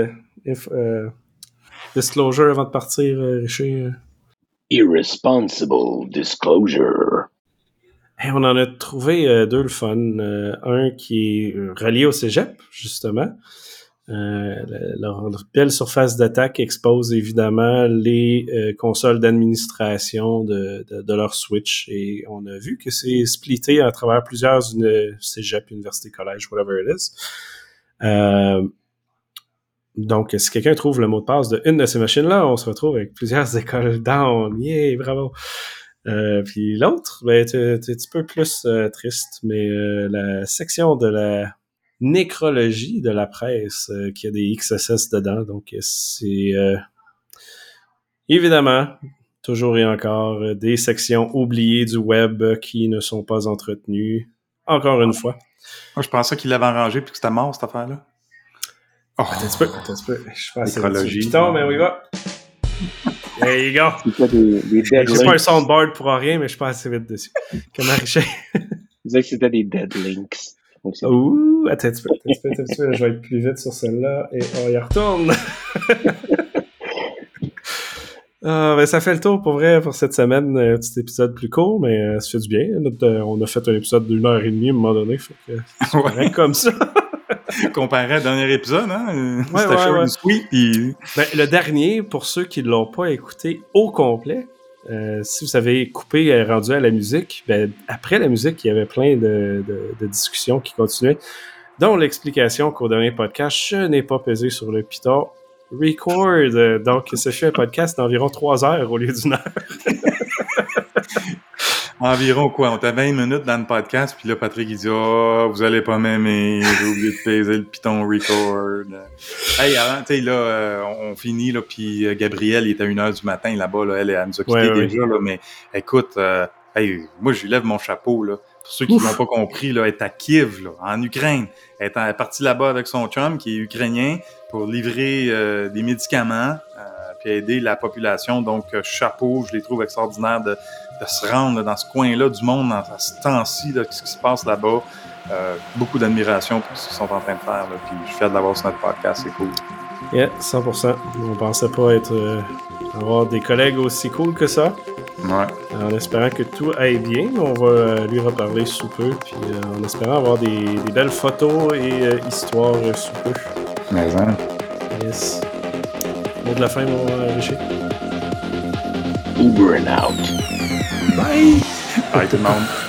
disclosure avant de partir, Richard. Irresponsible disclosure. Hey, on en a trouvé deux le fun. Un qui est relié au cégep, justement. Leur belle surface d'attaque expose évidemment les consoles d'administration de leur Switch. Et on a vu que c'est splitté à travers plusieurs cégep, université, collège, whatever it is. Donc, si quelqu'un trouve le mot de passe de une de ces machines-là, on se retrouve avec plusieurs écoles down. Yeah, bravo! Puis l'autre, ben, t'es un petit peu plus triste, mais la section de la nécrologie de la presse qui a des XSS dedans, donc c'est évidemment toujours et encore des sections oubliées du web qui ne sont pas entretenues, encore une fois. Moi, je pensais qu'il l'avait arrangé puis que c'était mort, cette affaire-là. Oh, attends un petit peu. Je pense que c'est Python, mais on y va. There you go. C'est pas un soundboard pour rien, mais je suis pas assez vite dessus. Comment Richard? Je disais que c'était des dead links. Ouh, attends un petit peu. Je vais être plus vite sur celle-là et on y retourne. Ben, ça fait le tour pour vrai pour cette semaine. Un petit épisode plus court, mais ça fait du bien. On a fait un épisode d'1h30 à un moment donné. Fait que c'est correct comme ça. Comparé au dernier épisode, hein? Ouais, c'était short and sweet. Puis... Ben, le dernier, pour ceux qui ne l'ont pas écouté au complet, si vous avez coupé et rendu à la musique, ben, après la musique, il y avait plein de discussions qui continuaient, dont l'explication qu'au dernier podcast, je n'ai pas pesé sur le piton record. Donc, ce fut un podcast d'environ 3 heures au lieu d'1 heure. Environ quoi? On était 20 minutes dans le podcast, puis là, Patrick, il dit « Oh, vous allez pas m'aimer, j'ai oublié de peser le piton record. » Hey, avant, tu sais, là, on finit, là, puis Gabrielle, il était à 1h du matin, là-bas, là, elle nous a quittés déjà, là, mais écoute, hey, moi, je lui lève mon chapeau, là. Pour ceux qui l'ont pas compris, là, elle est à Kiev, là, en Ukraine. Elle est partie là-bas avec son chum, qui est ukrainien, pour livrer des médicaments, puis aider la population. Donc, chapeau, je les trouve extraordinaires de se rendre là, dans ce coin-là du monde, dans ce temps-ci, là, ce qui se passe là-bas. Beaucoup d'admiration pour ce qu'ils sont en train de faire. Là, puis je suis fier de l'avoir sur notre podcast, c'est cool. Yeah, 100%. On pensait pas avoir des collègues aussi cool que ça. Ouais. En espérant que tout aille bien, on va lui reparler sous peu, puis en espérant avoir des belles photos et histoires sous peu. Mais hein. Yes. Mot de la fin, mon Richard. Uber and out. Bye! Bye tout le monde.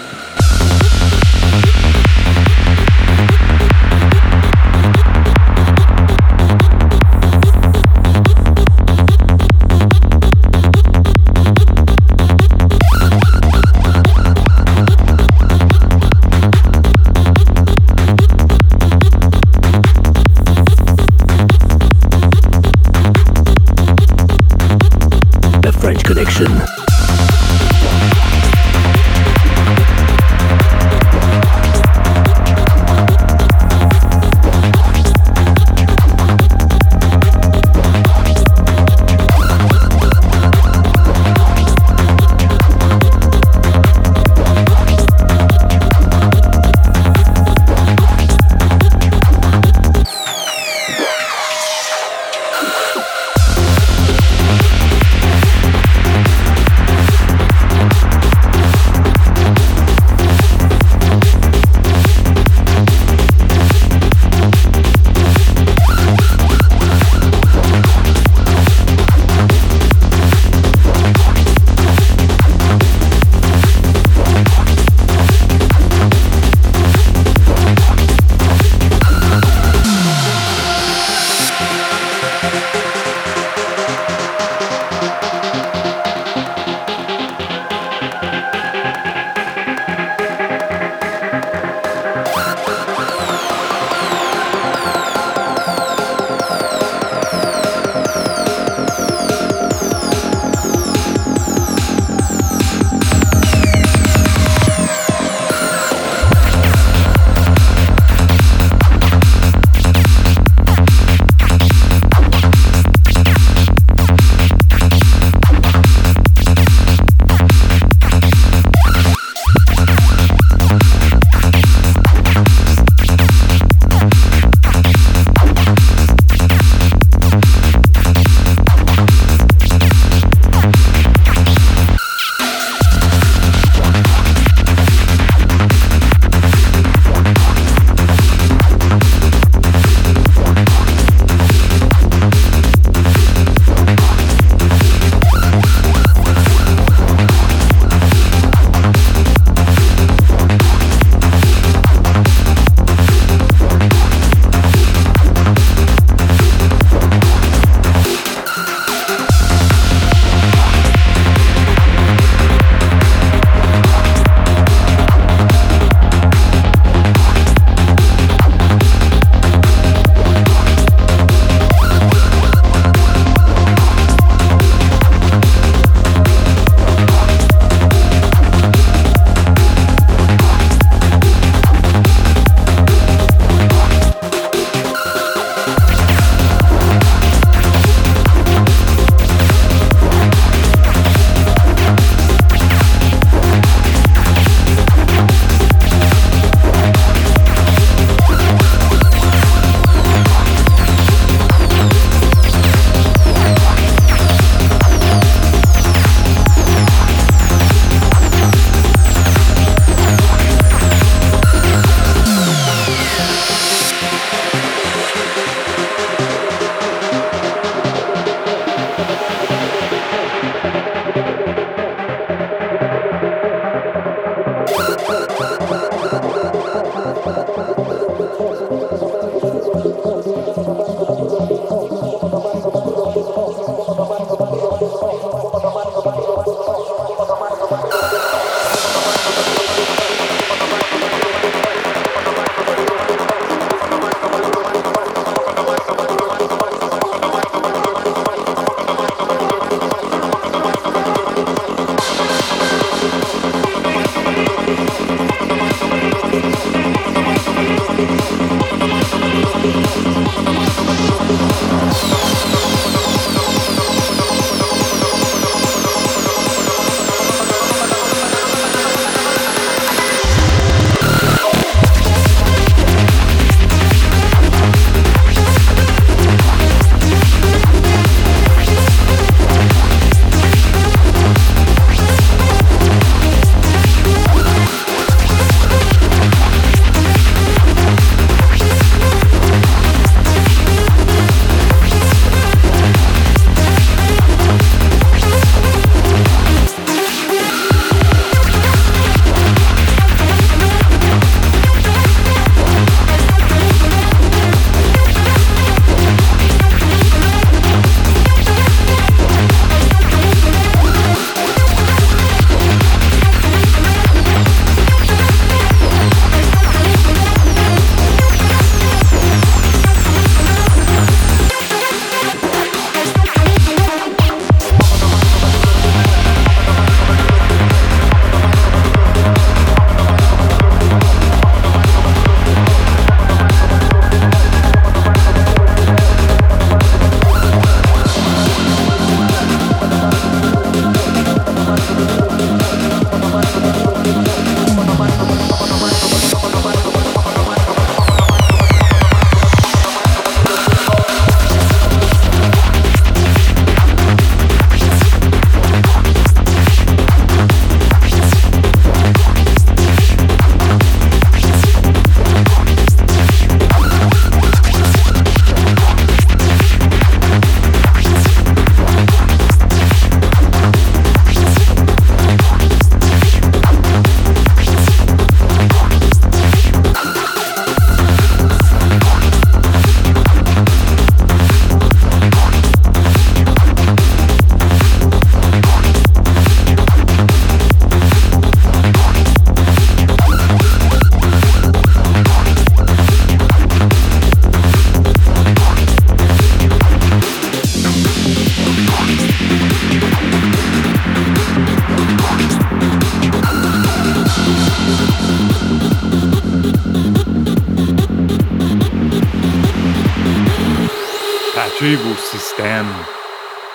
vos systèmes.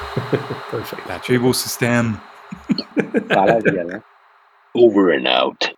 Perfect. Patchez vos systèmes. Ça a l'air violent. Over and out.